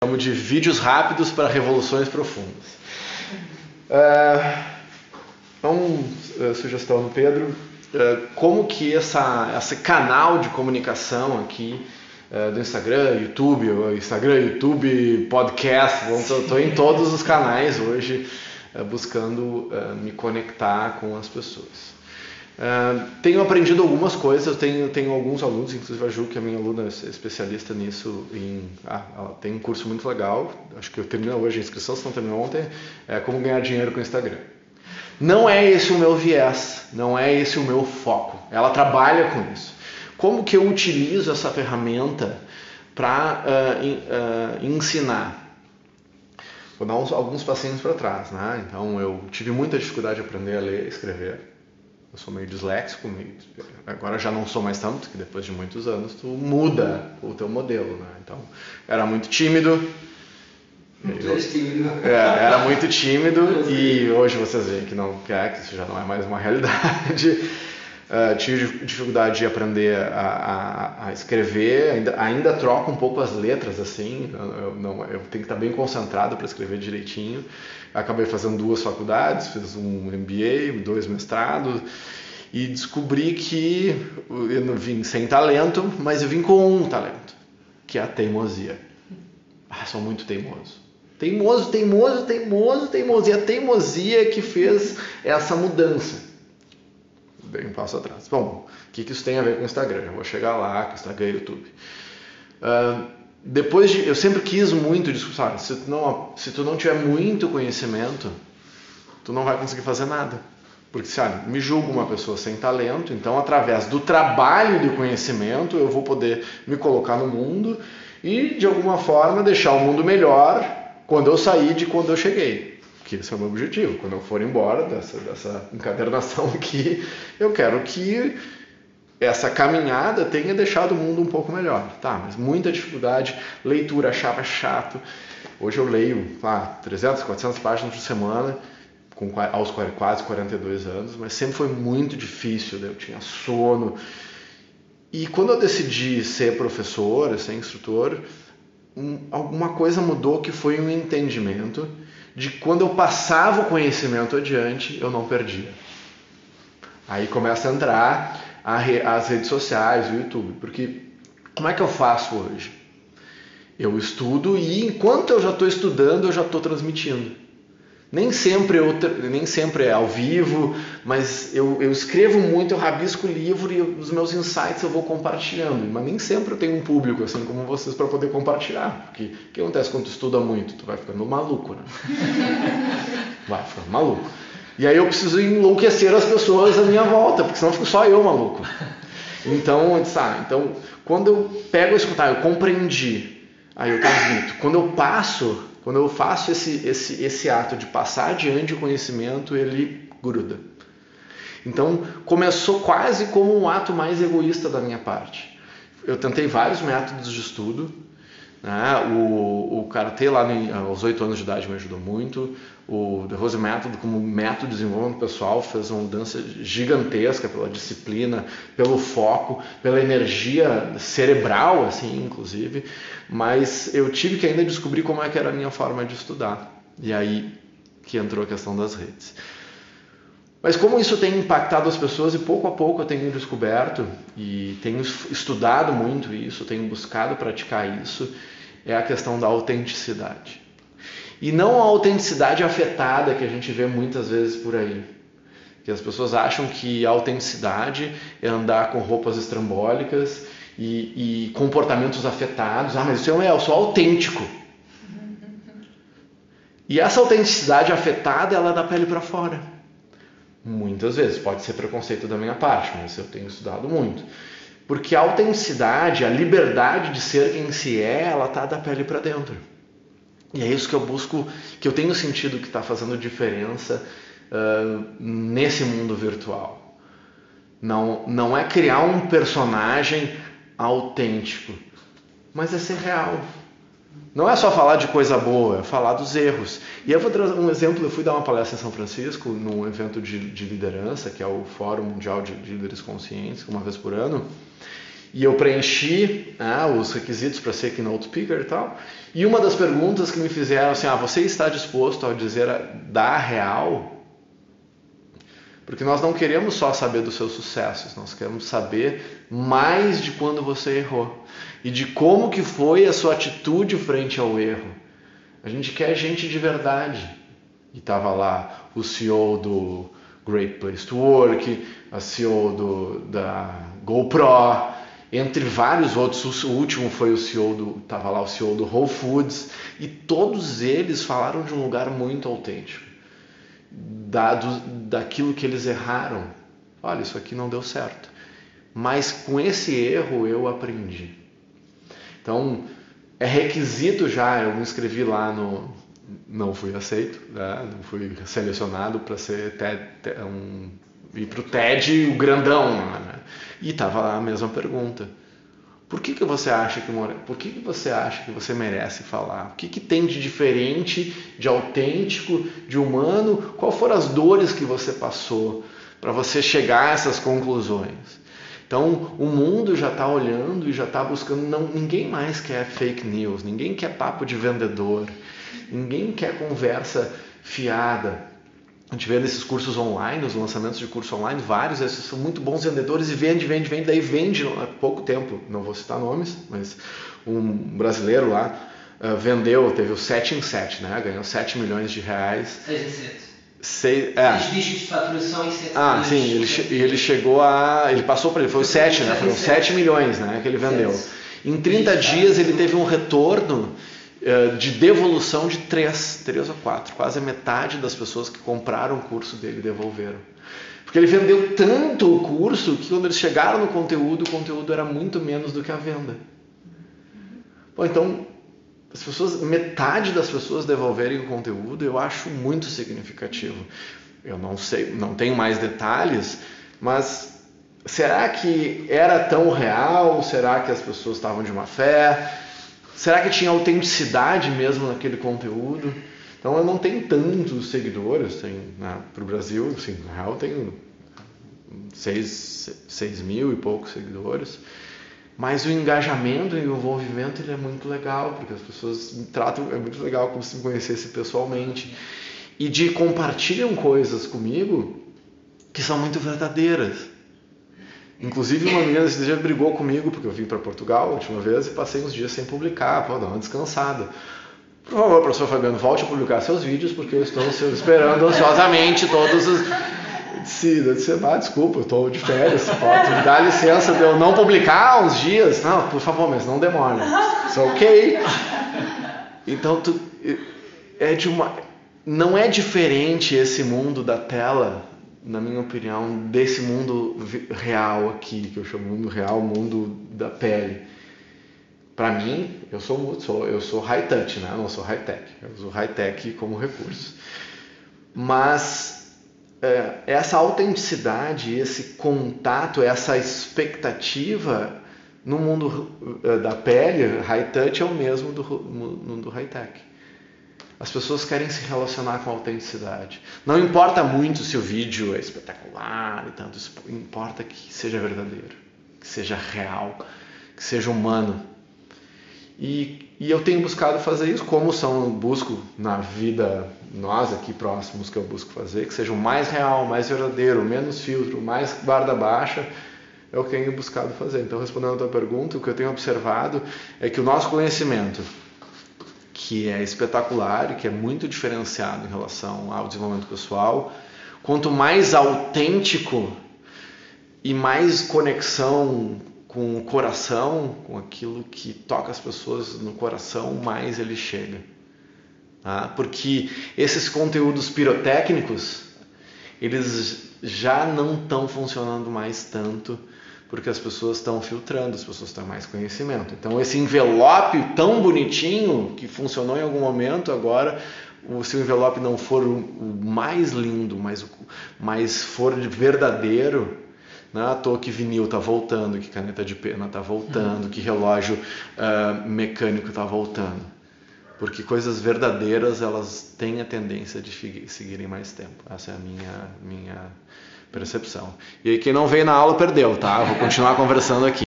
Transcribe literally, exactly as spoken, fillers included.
Chamamos de vídeos rápidos para revoluções profundas. É, então, sugestão do Pedro, é, como que essa, esse canal de comunicação aqui é, do Instagram, YouTube, Instagram, YouTube, podcast, estou em todos os canais hoje é, buscando é, me conectar com as pessoas. Uh, tenho aprendido algumas coisas, eu tenho, tenho alguns alunos, inclusive a Ju, que é minha aluna, é especialista nisso, em, ah, ela tem um curso muito legal, acho que eu termino hoje a inscrição, se não terminou ontem, é como ganhar dinheiro com o Instagram. Não é esse o meu viés, não é esse o meu foco, ela trabalha com isso. Como que eu utilizo essa ferramenta para uh, in, uh, ensinar? Vou dar uns, alguns passinhos para trás, né? Então eu tive muita dificuldade de aprender a ler e escrever. Eu sou meio disléxico, meio... agora já não sou mais tanto, que depois de muitos anos tu muda o teu modelo, né? Então, era muito tímido. Eu... tímido. É, era muito tímido e hoje vocês veem que não quer, que isso já não é mais uma realidade. Uh, tive dificuldade de aprender a, a, a escrever, ainda, ainda troco um pouco as letras assim, eu, não, eu tenho que estar bem concentrado para escrever direitinho. Acabei fazendo duas faculdades, fiz um M B A, dois mestrados e descobri que eu não vim sem talento, mas eu vim com um talento, que é a teimosia. Ah, sou muito teimoso. Teimoso, teimoso, teimoso, teimoso. E a teimosia que fez essa mudança. Bem um passo atrás. Bom, o que, que isso tem a ver com o Instagram? Eu vou chegar lá, com o Instagram e YouTube. Uh, depois de, eu sempre quis muito disso, sabe? Se tu, não, se tu não tiver muito conhecimento, tu não vai conseguir fazer nada. Porque, sabe, me julgo uma pessoa sem talento, então através do trabalho de conhecimento eu vou poder me colocar no mundo e, de alguma forma, deixar o mundo melhor quando eu sair de quando eu cheguei. Que esse é o meu objetivo. Quando eu for embora dessa, dessa encadernação aqui, eu quero que essa caminhada tenha deixado o mundo um pouco melhor. Tá, mas muita dificuldade, leitura, achava chato. Hoje eu leio ah, trezentas, quatrocentas páginas por semana, com, aos quase quarenta e dois anos, mas sempre foi muito difícil, né? Eu tinha sono. E quando eu decidi ser professor, ser instrutor, um, alguma coisa mudou, que foi um entendimento de que quando eu passava o conhecimento adiante, eu não perdia. Aí começa a entrar a re, as redes sociais, o YouTube, porque como é que eu faço hoje? Eu estudo e enquanto eu já estou estudando, eu já estou transmitindo. Nem sempre, eu, nem sempre é ao vivo, mas eu, eu escrevo muito, eu rabisco o livro e os meus insights eu vou compartilhando. Mas nem sempre eu tenho um público assim como vocês para poder compartilhar. Porque o que acontece quando tu estuda muito? Tu vai ficando maluco, né? Vai ficando maluco. E aí eu preciso enlouquecer as pessoas à minha volta, porque senão fico só eu maluco. Então, eu disse, ah, então quando eu pego a escutar, eu compreendi, aí eu transmito. Quando eu passo... Quando eu faço esse, esse, esse ato de passar adiante o conhecimento, ele gruda. Então, começou quase como um ato mais egoísta da minha parte. Eu tentei vários métodos de estudo. Né? O, o Karatê lá aos oito anos de idade me ajudou muito. O The Rose Method, como método de desenvolvimento pessoal, fez uma mudança gigantesca pela disciplina, pelo foco, pela energia cerebral, assim, inclusive. Mas eu tive que ainda descobrir como é que era a minha forma de estudar. E aí que entrou a questão das redes. Mas como isso tem impactado as pessoas, e pouco a pouco eu tenho descoberto, e tenho estudado muito isso, tenho buscado praticar isso, é a questão da autenticidade. E não a autenticidade afetada que a gente vê muitas vezes por aí. Que as pessoas acham que a autenticidade é andar com roupas estrambólicas e, e comportamentos afetados. Ah, mas isso não é, eu sou autêntico. E essa autenticidade afetada, ela é da pele para fora. Muitas vezes, pode ser preconceito da minha parte, mas eu tenho estudado muito. Porque a autenticidade, a liberdade de ser quem se é, ela está da pele para dentro. E é isso que eu busco, que eu tenho sentido que está fazendo diferença uh, nesse mundo virtual. Não, não é criar um personagem autêntico, mas é ser real. Não é só falar de coisa boa, é falar dos erros. E eu vou trazer um exemplo, eu fui dar uma palestra em São Francisco, num evento de, de liderança, que é o Fórum Mundial de Líderes Conscientes, uma vez por ano. E eu preenchi, né, os requisitos para ser keynote speaker e tal. E uma das perguntas que me fizeram assim, ah, você está disposto a dizer a, dar a real? Porque nós não queremos só saber dos seus sucessos, nós queremos saber mais de quando você errou. E de como que foi a sua atitude frente ao erro. A gente quer gente de verdade. E estava lá o C E O do Great Place to Work, a C E O do, da GoPro, entre vários outros. O último foi o C E O do, estava lá o C E O do Whole Foods, e todos eles falaram de um lugar muito autêntico, dado daquilo que eles erraram. Olha, isso aqui não deu certo, mas com esse erro eu aprendi. Então é requisito já, eu me inscrevi lá no, não fui aceito, né? Não fui selecionado para ser TED, um, ir para o TED, o grandão, né? E estava lá a mesma pergunta. Por que que você acha que por que que você acha que você merece falar? O que que tem de diferente, de autêntico, de humano? Qual foram as dores que você passou para você chegar a essas conclusões? Então o mundo já está olhando e já está buscando. Não, ninguém mais quer fake news, ninguém quer papo de vendedor, ninguém quer conversa fiada. A gente vê nesses cursos online, os lançamentos de curso online, vários, esses são muito bons vendedores e vende, vende, vende, daí vende há pouco tempo, não vou citar nomes, mas um brasileiro lá uh, vendeu, teve o sete em sete, né? Ganhou sete milhões de reais. seis em sete. Seis, é. Seis dígitos de faturação e sete Ah, sim, ele, che ele chegou a... Ele passou para ele, foi o sete, né? Foram sete milhões, né, que ele vendeu. Em trinta dias ele teve um retorno de devolução de três, três ou quatro, quase a metade das pessoas que compraram o curso dele devolveram. Porque ele vendeu tanto o curso que quando eles chegaram no conteúdo, o conteúdo era muito menos do que a venda. Bom, então, as pessoas, metade das pessoas devolverem o conteúdo, eu acho muito significativo. Eu não sei, não tenho mais detalhes, mas será que era tão real? Será que as pessoas estavam de má fé? Será que tinha autenticidade mesmo naquele conteúdo? Então eu não tenho tantos seguidores, tenho, né, para o Brasil, assim, na real eu tenho seis mil e poucos seguidores, mas o engajamento e o envolvimento ele é muito legal, porque as pessoas me tratam, é muito legal como se me conhecesse pessoalmente, e de compartilham coisas comigo que são muito verdadeiras. Inclusive uma menina esse dia brigou comigo porque eu vim para Portugal a última vez e passei uns dias sem publicar, pô, dar uma descansada. Por favor, professor Fabiano, volte a publicar seus vídeos porque eu estou esperando ansiosamente todos os... Se, se, ah, desculpa, eu estou de férias, pode me dar licença de eu não publicar uns dias? Não, por favor, mas não demora. It's ok. Então, tu, é de uma... não é diferente esse mundo da tela, na minha opinião, desse mundo real aqui, que eu chamo mundo real, mundo da pele. Para mim, eu sou, sou, eu sou high touch, né? Eu não sou high tech. Eu uso high tech como recurso. Mas é, essa autenticidade, esse contato, essa expectativa no mundo é, da pele, high touch é o mesmo do mundo high tech. As pessoas querem se relacionar com a autenticidade. Não importa muito se o vídeo é espetacular e tanto, importa que seja verdadeiro, que seja real, que seja humano. E, e eu tenho buscado fazer isso, como são, busco na vida, nós aqui próximos que eu busco fazer, que seja o mais real, mais verdadeiro, menos filtro, mais guarda baixa, é o que eu tenho buscado fazer. Então, respondendo a tua pergunta, o que eu tenho observado é que o nosso conhecimento, que é espetacular e que é muito diferenciado em relação ao desenvolvimento pessoal, quanto mais autêntico e mais conexão com o coração, com aquilo que toca as pessoas no coração, mais ele chega. Tá? Porque esses conteúdos pirotécnicos, eles já não estão funcionando mais tanto, porque as pessoas estão filtrando, as pessoas têm mais conhecimento. Então esse envelope tão bonitinho, que funcionou em algum momento, agora, se o envelope não for o mais lindo, mas, mas for verdadeiro, não é à toa que vinil está voltando, que caneta de pena está voltando, que relógio uh, mecânico está voltando. Porque coisas verdadeiras, elas têm a tendência de seguirem mais tempo. Essa é a minha, minha percepção. E aí quem não veio na aula perdeu, tá? Eu vou continuar conversando aqui.